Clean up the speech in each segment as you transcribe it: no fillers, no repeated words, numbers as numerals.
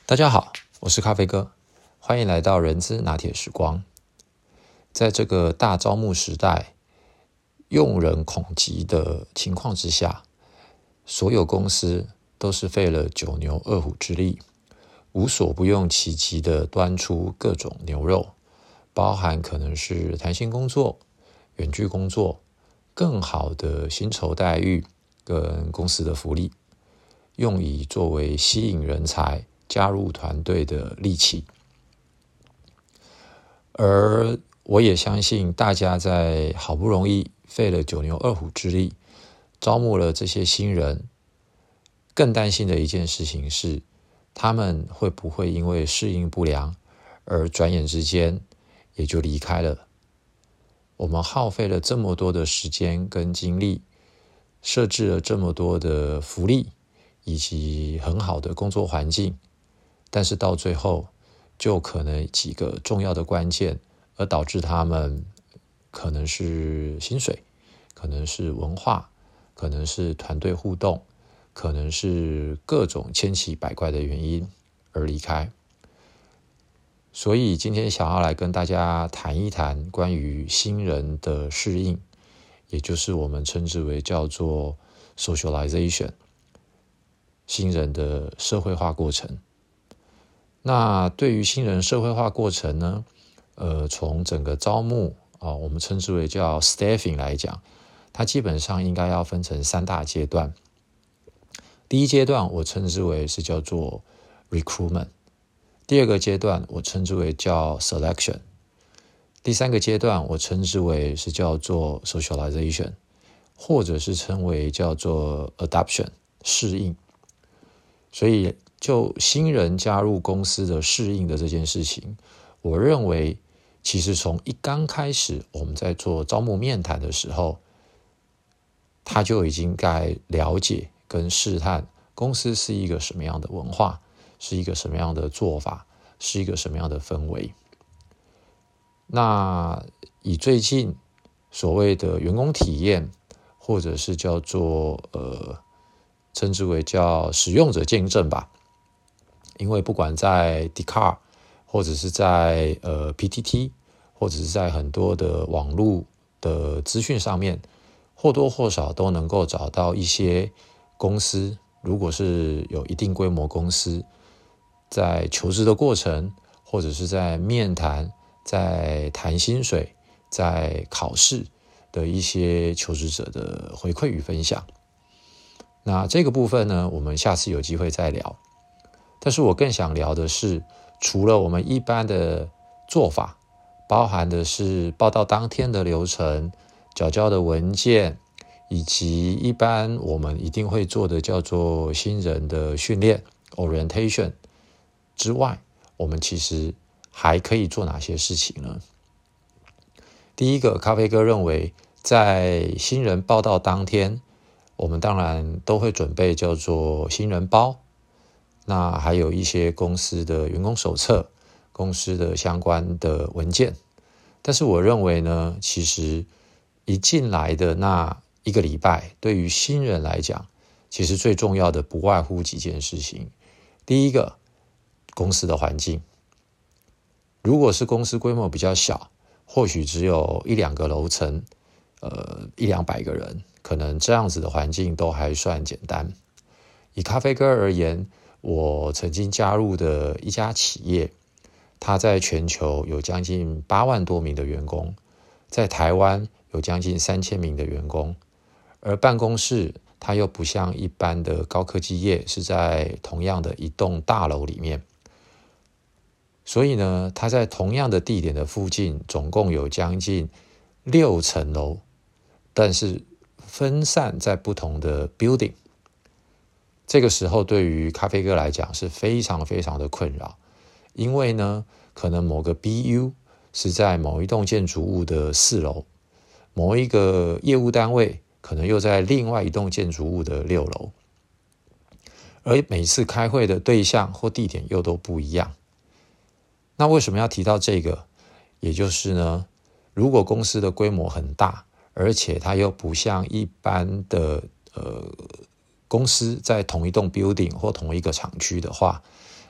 大家好，我是咖啡哥，欢迎来到人资拿铁时光。在这个大招募时代，用人恐急的情况之下，所有公司都是费了九牛二虎之力，无所不用其极的端出各种牛肉，包含可能是弹性工作、远距工作、更好的薪酬待遇跟公司的福利，用以作为吸引人才加入团队的利器。而我也相信大家在好不容易费了九牛二虎之力招募了这些新人，更担心的一件事情是，他们会不会因为适应不良而转眼之间也就离开了。我们耗费了这么多的时间跟精力，设置了这么多的福利以及很好的工作环境，但是到最后就可能几个重要的关键，而导致他们可能是薪水，可能是文化，可能是团队互动，可能是各种千奇百怪的原因而离开。所以今天想要来跟大家谈一谈关于新人的适应，也就是我们称之为叫做 socialization， 新人的社会化过程。那对于新人社会化过程呢，从整个招募我们称之为叫 staffing 来讲，它基本上应该要分成三大阶段。第一阶段我称之为是叫做 recruitment， 第二个阶段我称之为叫 selection， 第三个阶段我称之为是叫做 socialization， 或者是称为叫做 adoption， 适应。所以就新人加入公司的适应的这件事情，我认为其实从一刚开始我们在做招募面谈的时候，他就已经该了解跟试探公司是一个什么样的文化，是一个什么样的做法，是一个什么样的氛围。那以最近所谓的员工体验，或者是叫做称之为叫使用者见证吧，因为不管在 Dcard 或者是在PTT， 或者是在很多的网络的资讯上面，或多或少都能够找到一些公司，如果是有一定规模公司，在求职的过程，或者是在面谈，在谈薪水，在考试的一些求职者的回馈与分享。那这个部分呢，我们下次有机会再聊。但是我更想聊的是，除了我们一般的做法，包含的是报到当天的流程、缴交的文件，以及一般我们一定会做的叫做新人的训练 orientation 之外，我们其实还可以做哪些事情呢？第一个，咖啡哥认为在新人报到当天，我们当然都会准备叫做新人包，那还有一些公司的员工手册，公司的相关的文件。但是我认为呢，其实一进来的那一个礼拜，对于新人来讲，其实最重要的不外乎几件事情。第一个，公司的环境。如果是公司规模比较小，或许只有一两个楼层，一两百个人，可能这样子的环境都还算简单。以咖啡哥而言，我曾经加入的一家企业，它在全球有将近8万多名的员工，在台湾有将近3000名的员工，而办公室它又不像一般的高科技业是在同样的一栋大楼里面，所以呢，它在同样的地点的附近总共有将近6层楼，但是分散在不同的 building。 这个时候对于咖啡哥来讲是非常非常的困扰，因为呢，可能某个 BU 是在某一栋建筑物的4楼，某一个业务单位可能又在另外一栋建筑物的6楼，而每次开会的对象或地点又都不一样。那为什么要提到这个？也就是呢，如果公司的规模很大，而且它又不像一般的公司在同一栋 building 或同一个厂区的话，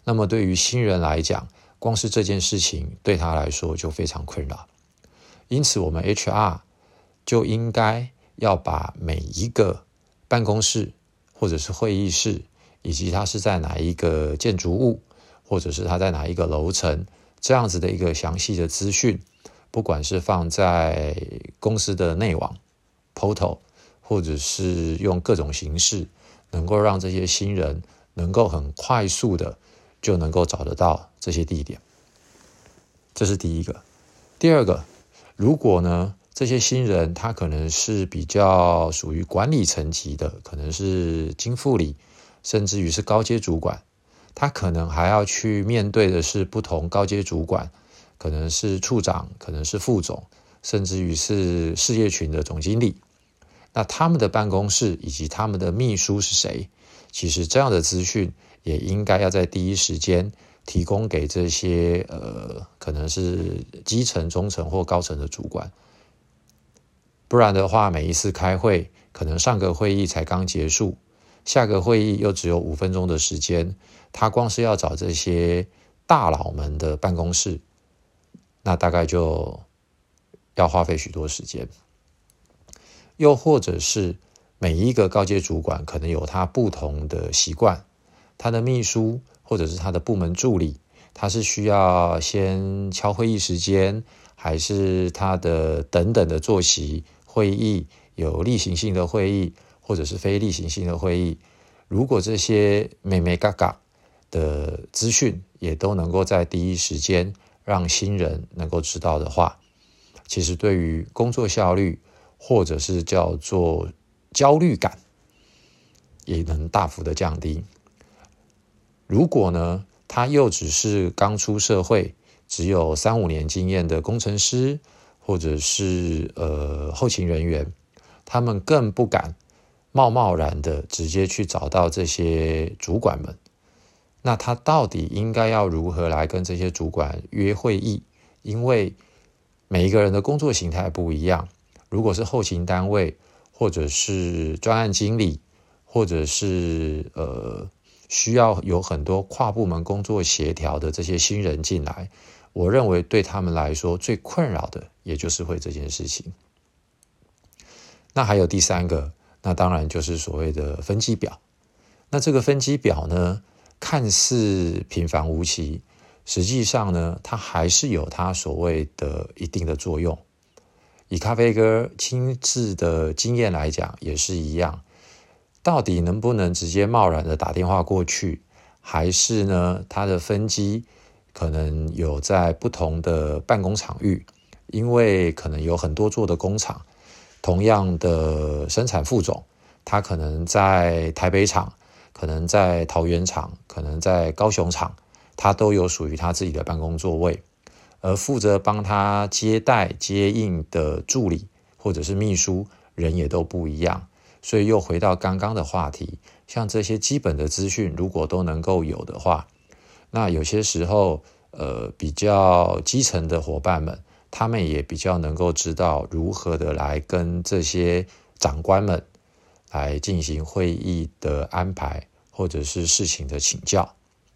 那么对于新人来讲，光是这件事情对他来说就非常困扰。因此我们 HR 就应该要把每一个办公室或者是会议室，以及它是在哪一个建筑物，或者是它在哪一个楼层，这样子的一个详细的资讯，不管是放在公司的内网 portal， 或者是用各种形式，能够让这些新人能够很快速的就能够找得到这些地点。这是第一个。第二个，如果呢这些新人他可能是比较属于管理层级的，可能是经副理，甚至于是高阶主管，他可能还要去面对的是不同高阶主管，可能是处长，可能是副总，甚至于是事业群的总经理。那他们的办公室以及他们的秘书是谁？其实这样的资讯也应该要在第一时间提供给这些可能是基层、中层或高层的主管。不然的话，每一次开会，可能上个会议才刚结束，下个会议又只有5分钟的时间，他光是要找这些大佬们的办公室，那大概就要花费许多时间。又或者是每一个高阶主管可能有他不同的习惯，他的秘书或者是他的部门助理，他是需要先敲会议时间，还是他的等等的作息，会议有例行性的会议，或者是非例行性的会议。如果这些眉眉角角的资讯也都能够在第一时间让新人能够知道的话，其实对于工作效率或者是叫做焦虑感也能大幅的降低。如果呢他又只是刚出社会，只有3-5年经验的工程师或者是后勤人员，他们更不敢贸贸然的直接去找到这些主管们。那他到底应该要如何来跟这些主管约会议？因为每一个人的工作形态不一样，如果是后勤单位，或者是专案经理，或者是需要有很多跨部门工作协调的这些新人进来，我认为对他们来说最困扰的也就是会这件事情。那还有第三个，那当然就是所谓的分机表。那这个分机表呢，看似平凡无奇，实际上呢它还是有它所谓的一定的作用。以咖啡哥亲自的经验来讲也是一样，到底能不能直接贸然的打电话过去，还是呢他的分机可能有在不同的办公场域，因为可能有很多座的工厂，同样的生产副总，他可能在台北厂，可能在桃园厂，可能在高雄厂，他都有属于他自己的办公座位。而负责帮他接待接应的助理或者是秘书人也都不一样，所以又回到刚刚的话题，像这些基本的资讯如果都能够有的话，那有些时候比较基层的伙伴们，他们也比较能够知道如何的来跟这些长官们来进行会议的安排，或者是事情的请教。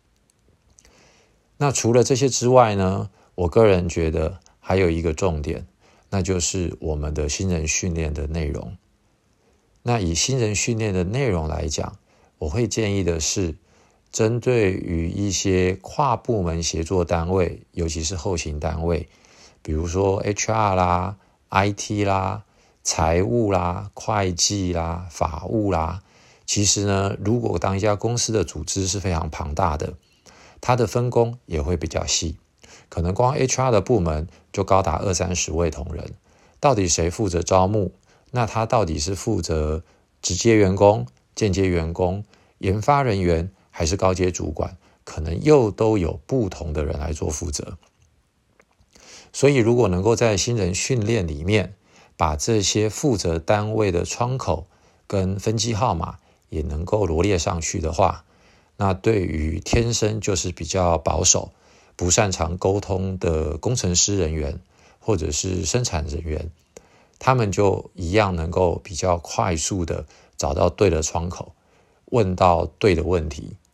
那除了这些之外呢，我个人觉得还有一个重点，那就是我们的新人训练的内容。那以新人训练的内容来讲，我会建议的是，针对于一些跨部门协作单位，尤其是后勤单位，比如说 HR 啦、IT 啦、财务啦、会计啦、法务啦，其实呢，如果当一家公司的组织是非常庞大的，它的分工也会比较细。可能光 HR 的部门就高达20-30位同仁，到底谁负责招募？那他到底是负责直接员工、间接员工、研发人员，还是高阶主管？可能又都有不同的人来做负责。所以如果能够在新人训练里面，把这些负责单位的窗口跟分机号码也能够罗列上去的话，那对于天生就是比较保守、不擅长沟通的工程师人员或者是生产人员，他们就一样能够比较快速的找到对的窗口，问到对的问题，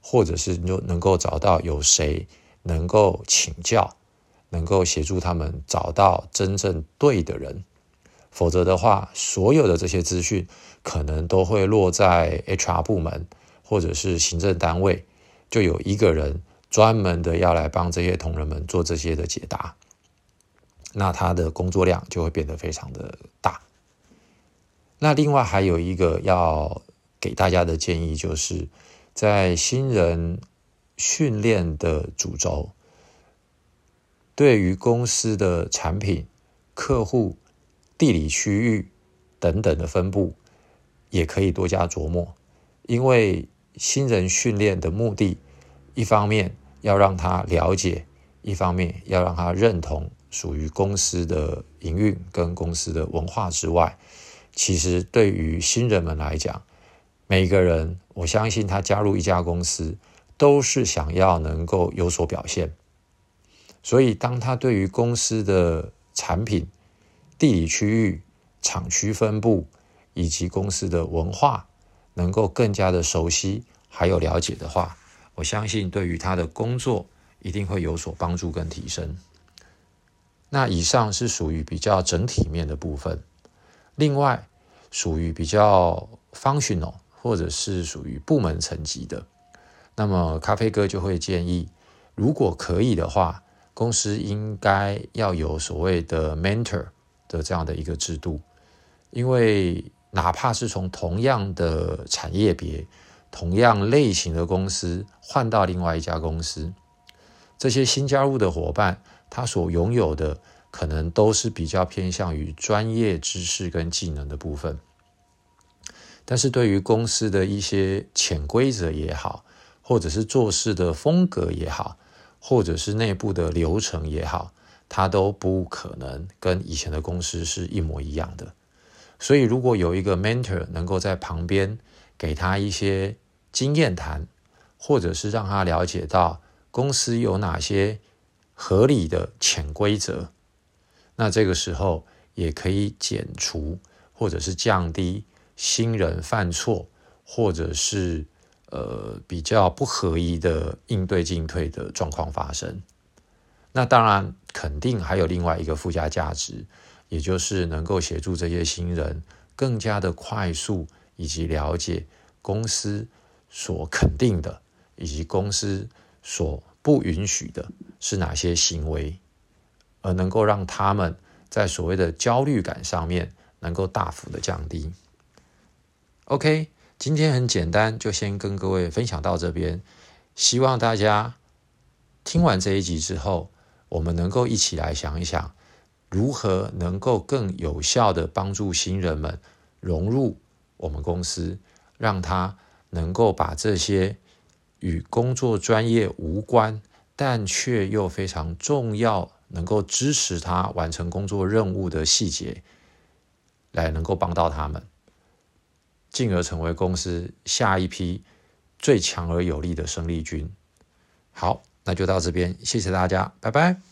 或者是能够找到有谁能够请教，能够协助他们找到真正对的人。否则的话，所有的这些资讯可能都会落在 HR 部门或者是行政单位，就有一个人专门的要来帮这些同仁们做这些的解答，那他的工作量就会变得非常的大。那另外还有一个要给大家的建议，就是在新人训练的主轴，对于公司的产品、客户、地理区域等等的分布，也可以多加琢磨。因为新人训练的目的，一方面要让他了解，一方面要让他认同属于公司的营运跟公司的文化之外，其实对于新人们来讲，每个人我相信他加入一家公司都是想要能够有所表现。所以当他对于公司的产品、地理区域、厂区分布以及公司的文化能够更加的熟悉还有了解的话，我相信对于他的工作一定会有所帮助跟提升。那以上是属于比较整体面的部分。另外属于比较 functional 或者是属于部门层级的，那么咖啡哥就会建议，如果可以的话，公司应该要有所谓的 mentor 的这样的一个制度。因为哪怕是从同样的产业别、同样类型的公司换到另外一家公司，这些新加入的伙伴，他所拥有的可能都是比较偏向于专业知识跟技能的部分，但是对于公司的一些潜规则也好，或者是做事的风格也好，或者是内部的流程也好，它都不可能跟以前的公司是一模一样的。所以如果有一个 mentor 能够在旁边给他一些经验谈，或者是让他了解到公司有哪些合理的潜规则，那这个时候也可以减除或者是降低新人犯错，或者是比较不合宜的应对进退的状况发生。那当然肯定还有另外一个附加价值，也就是能够协助这些新人更加的快速以及了解公司所肯定的以及公司所不允许的是哪些行为，而能够让他们在所谓的焦虑感上面能够大幅的降低。OK， 今天很简单，就先跟各位分享到这边，希望大家听完这一集之后，我们能够一起来想一想，如何能够更有效的帮助新人们融入我们公司，让他能够把这些与工作专业无关，但却又非常重要，能够支持他完成工作任务的细节，来能够帮到他们，进而成为公司下一批最强而有力的生力军。好，那就到这边，谢谢大家，拜拜。